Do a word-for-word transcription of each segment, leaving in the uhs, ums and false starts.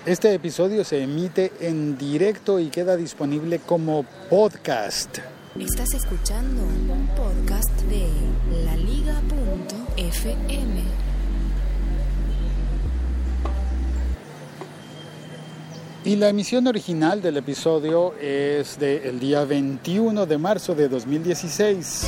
Este episodio se emite en directo y queda disponible como podcast. Estás escuchando un podcast de la liga punto efe eme. Y la emisión original del episodio es del día veintiuno de marzo de dos mil dieciséis.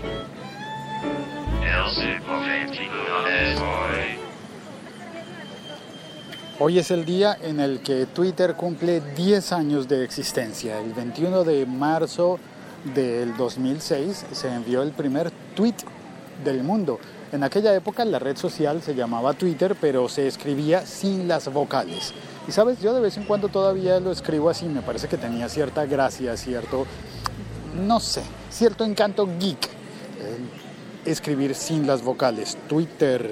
Hoy es el día en el que Twitter cumple diez años de existencia. El veintiuno de marzo del dos mil seis se envió el primer tweet del mundo. En aquella época la red social se llamaba Twitter, pero se escribía sin las vocales. Y sabes, yo de vez en cuando todavía lo escribo así, me parece que tenía cierta gracia, cierto, no sé, cierto encanto geek. Eh, escribir sin las vocales, Twitter,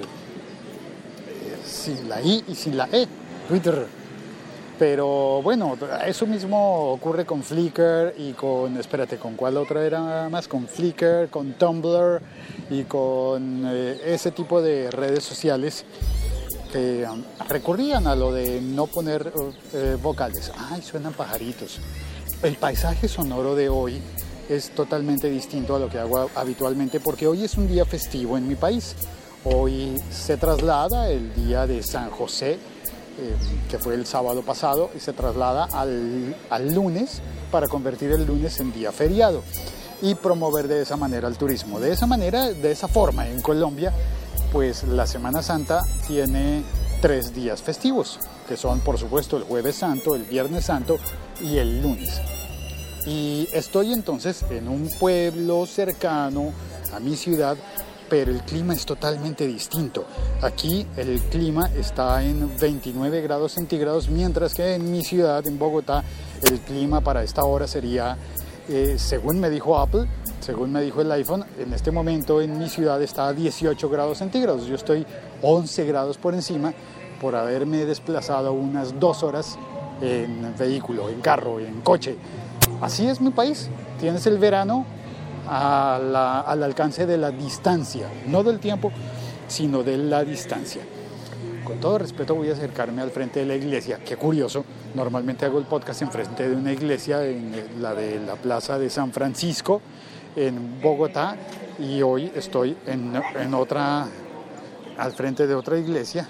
eh, sin la I y sin la E, Twitter. Pero bueno, eso mismo ocurre con Flickr y con, espérate, ¿con cuál otra era más? Con Flickr, con Tumblr y con eh, ese tipo de redes sociales que um, recurrían a lo de no poner eh, vocales. Ay, suenan pajaritos. El paisaje sonoro de hoy es totalmente distinto a lo que hago habitualmente porque hoy es un día festivo en mi país. Hoy se traslada el día de San José, eh, que fue el sábado pasado, y se traslada al, al lunes para convertir el lunes en día feriado y promover de esa manera el turismo. De esa manera, de esa forma, en Colombia, pues la Semana Santa tiene tres días festivos, que son, por supuesto, el Jueves Santo, el Viernes Santo y el lunes. Y estoy entonces en un pueblo cercano a mi ciudad, pero el clima es totalmente distinto. Aquí el clima está en veintinueve grados centígrados, mientras que en mi ciudad, en Bogotá, el clima para esta hora sería, eh, según me dijo Apple, según me dijo el iPhone, en este momento en mi ciudad está a dieciocho grados centígrados. Yo estoy once grados por encima por haberme desplazado unas dos horas en vehículo, en carro, en coche. Así es mi país. Tienes el verano a la, al alcance de la distancia, no del tiempo, sino de la distancia. Con todo respeto voy a acercarme al frente de la iglesia. Qué curioso, normalmente hago el podcast en frente de una iglesia, en la de la Plaza de San Francisco, en Bogotá, y hoy estoy en, en otra, al frente de otra iglesia,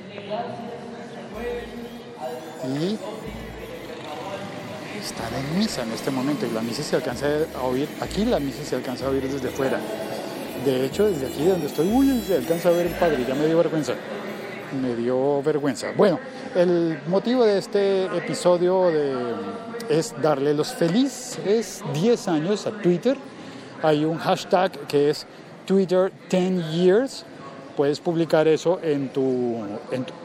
y están en misa en este momento, y la misa se alcanza a oír, aquí la misa se alcanza a oír desde fuera. De hecho, desde aquí donde estoy, uy, se alcanza a ver el padre, ya me dio vergüenza, me dio vergüenza. Bueno, el motivo de este episodio de, es darle los felices diez años a Twitter. Hay un hashtag que es Twitter ten years. Puedes publicar eso en tu, en tu,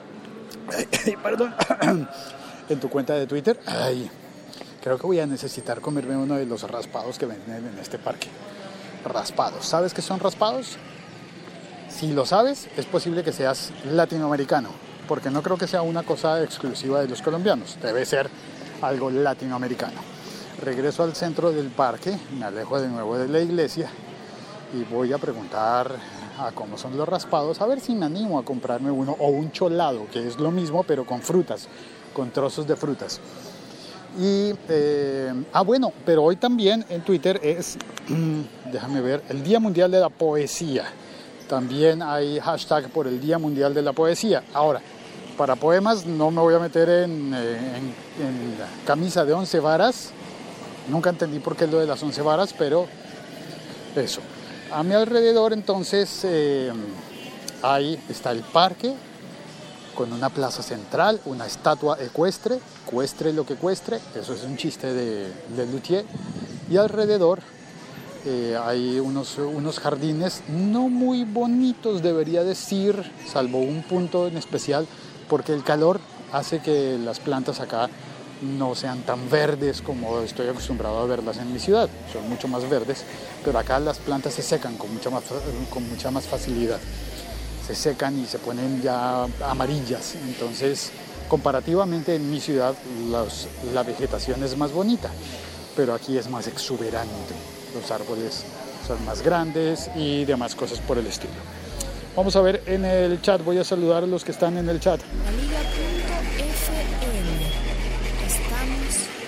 perdón, en tu cuenta de Twitter. Ay, creo que voy a necesitar comerme uno de los raspados que venden en este parque. Raspados. ¿Sabes qué son raspados? Si lo sabes, es posible que seas latinoamericano, porque no creo que sea una cosa exclusiva de los colombianos. Debe ser algo latinoamericano. Regreso al centro del parque, me alejo de nuevo de la iglesia y voy a preguntar a cómo son los raspados, a ver si me animo a comprarme uno, o un cholado, que es lo mismo pero con frutas, con trozos de frutas. Y, eh, ah bueno, pero hoy también en Twitter es, déjame ver, el Día Mundial de la Poesía. También hay hashtag por el Día Mundial de la Poesía. Ahora, para poemas no me voy a meter en, en, en la camisa de once varas. Nunca entendí por qué es lo de las once varas, pero eso. A mi alrededor, entonces, eh, ahí está el parque, con una plaza central, una estatua ecuestre, cuestre lo que cuestre, eso es un chiste de, de Luthier, y alrededor eh, hay unos, unos jardines no muy bonitos, debería decir, salvo un punto en especial, porque el calor hace que las plantas acá no sean tan verdes como estoy acostumbrado a verlas en mi ciudad. Son mucho más verdes, pero acá las plantas se secan con mucha más, con mucha más facilidad. Se secan y se ponen ya amarillas. Entonces, comparativamente en mi ciudad, los, la vegetación es más bonita, pero aquí es más exuberante. Los árboles son más grandes y demás cosas por el estilo. Vamos a ver en el chat, voy a saludar a los que están en el chat. la liga punto efe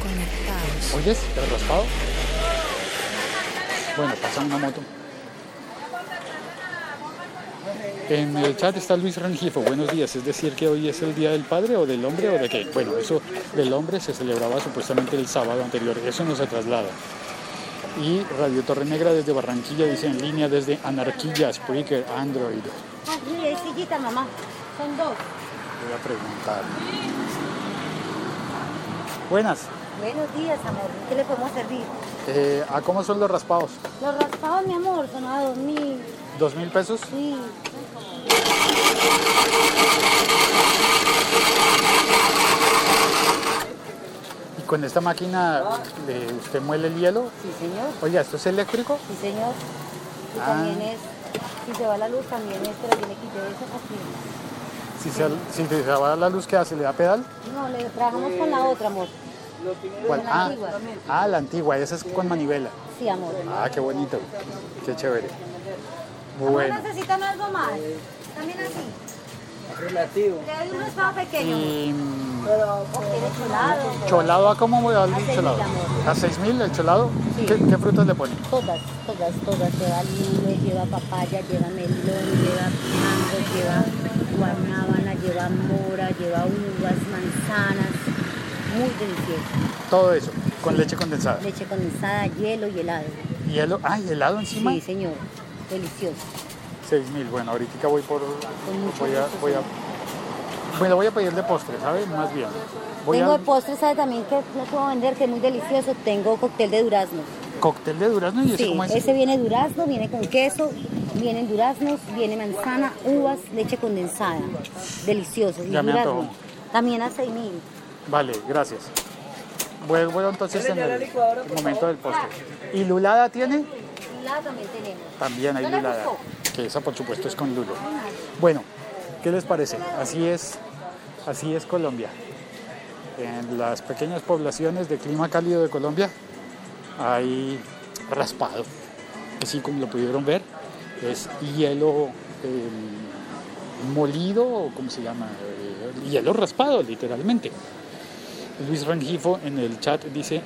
Conectados. ¿Oyes el raspado? Bueno, pasa una moto. En el chat está Luis Rengifo, buenos días, es decir que hoy es el Día del Padre o del Hombre o de qué. Bueno, eso del hombre se celebraba supuestamente el sábado anterior, eso no se traslada. Y Radio Torre Negra desde Barranquilla dice en línea desde Anarquilla, Spreaker, Android. Ah, mire, es chiquita, mamá, son dos. Voy a preguntar. Buenas, Buenos días, amor, ¿qué le podemos servir? eh, ¿a cómo son los raspados? Los raspados, mi amor, son a dos mil. ¿Dos mil pesos? Sí. ¿Y con esta máquina eh, usted muele el hielo? Sí, señor. Oiga, ¿esto es eléctrico? Sí, señor. Y Ah. también es, si se va la luz, también es, pero tiene que quitar eso aquí. Si se, si se va la luz, ¿qué hace? ¿Le da pedal? No, le trabajamos con la otra, amor. ¿Cuál? Con la Ah, antigua. ah, la antigua, esa es con manivela. Sí, amor. Ah, qué bonito, qué chévere. Amor, Bueno, ¿necesitan algo más? También así. Relativo. Le doy un raspado pequeño, amor. y mm, O quiere cholado. cholado, ¿a cómo voy a dar el A seis cholado? mil, amor. ¿A seis mil el cholado? Sí. ¿Qué, qué frutas le ponen? Todas, todas, todas. Lleva lulo, lleva papaya, lleva melón, lleva mango, lleva guanábana, lleva mora, lleva uvas, manzanas. Muy delicioso. Todo eso, con leche condensada. Leche condensada, hielo y helado. Hielo, ah, ¿y helado encima? Sí, señor. Delicioso. seis mil, bueno, ahorita voy por... mucho Voy a, gusto, voy a, bueno, voy a pedir de postre, ¿sabes? Más bien. Voy Tengo a... de postre, ¿sabe también que le puedo vender? Que es muy delicioso. Tengo cóctel de durazno. Cóctel de durazno, ¿y ese Sí, cómo es? ese viene durazno, viene con queso, vienen duraznos, viene manzana, uvas, leche condensada. Delicioso. Y Ya me durazno. antojo. También a seis mil. Vale, gracias. Vuelvo entonces en el, el momento del postre. ¿Y lulada tiene? Helado también tenemos. También hay ¿No le lulada, gustó? que esa por supuesto es con lulo. Bueno, ¿qué les parece? Así es, así es Colombia. En las pequeñas poblaciones de clima cálido de Colombia hay raspado, así como lo pudieron ver, es hielo eh, molido, o ¿cómo se llama? Eh, hielo raspado, literalmente. Luis Rengifo en el chat dice,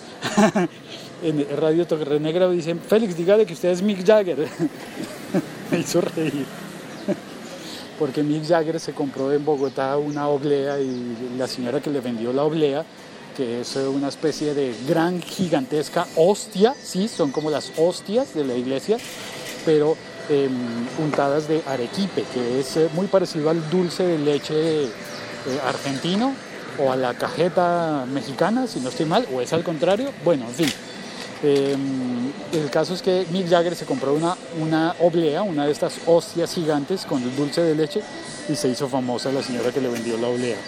en Radio Torre Negra dicen, Félix, dígale que usted es Mick Jagger. Me hizo reír. Porque Mick Jagger se compró en Bogotá una oblea y la señora que le vendió la oblea, que es una especie de gran, gigantesca hostia, sí, son como las hostias de la iglesia, pero eh, untadas de arequipe, que es eh, muy parecido al dulce de leche eh, argentino, o a la cajeta mexicana, si no estoy mal, o es al contrario. Bueno, en fin. Eh, el caso es que Mick Jagger se compró una, una oblea, una de estas hostias gigantes con el dulce de leche, y se hizo famosa la señora que le vendió la oblea.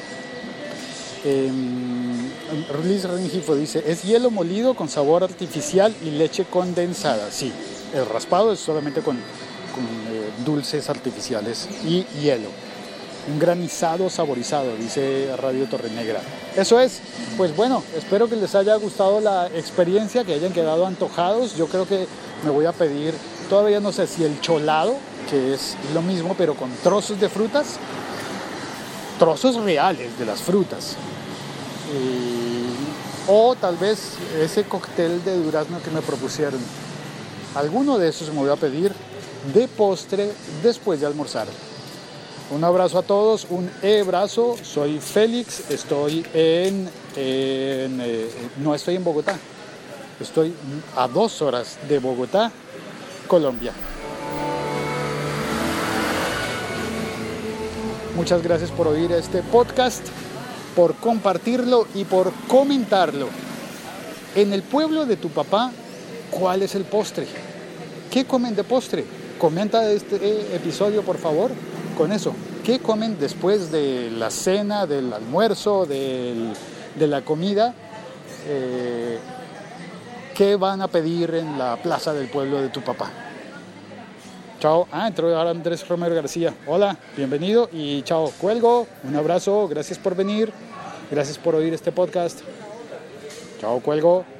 Eh, Luis Rengifo dice, es hielo molido con sabor artificial y leche condensada. Sí, el raspado es solamente con, con eh, dulces artificiales y hielo. Un granizado saborizado, dice Radio Torre Negra. Eso es, pues bueno, espero que les haya gustado la experiencia, que hayan quedado antojados. Yo creo que me voy a pedir, todavía no sé si el cholado, que es lo mismo pero con trozos de frutas, trozos reales de las frutas. Y, o tal vez ese cóctel de durazno que me propusieron. Alguno de esos me voy a pedir de postre después de almorzar. Un abrazo a todos, un e-brazo, soy Félix, estoy en, en eh, no estoy en Bogotá, estoy a dos horas de Bogotá, Colombia. Muchas gracias por oír este podcast, por compartirlo y por comentarlo. En el pueblo de tu papá, ¿cuál es el postre? ¿Qué comen de postre? Comenta este episodio, por favor. Con eso, ¿qué comen después de la cena, del almuerzo, del, de la comida? Eh, ¿Qué van a pedir en la plaza del pueblo de tu papá? Chao. Ah, entró ahora Andrés Romero García. Hola, bienvenido y chao. Cuelgo. Un abrazo. Gracias por venir. Gracias por oír este podcast. Chao, cuelgo.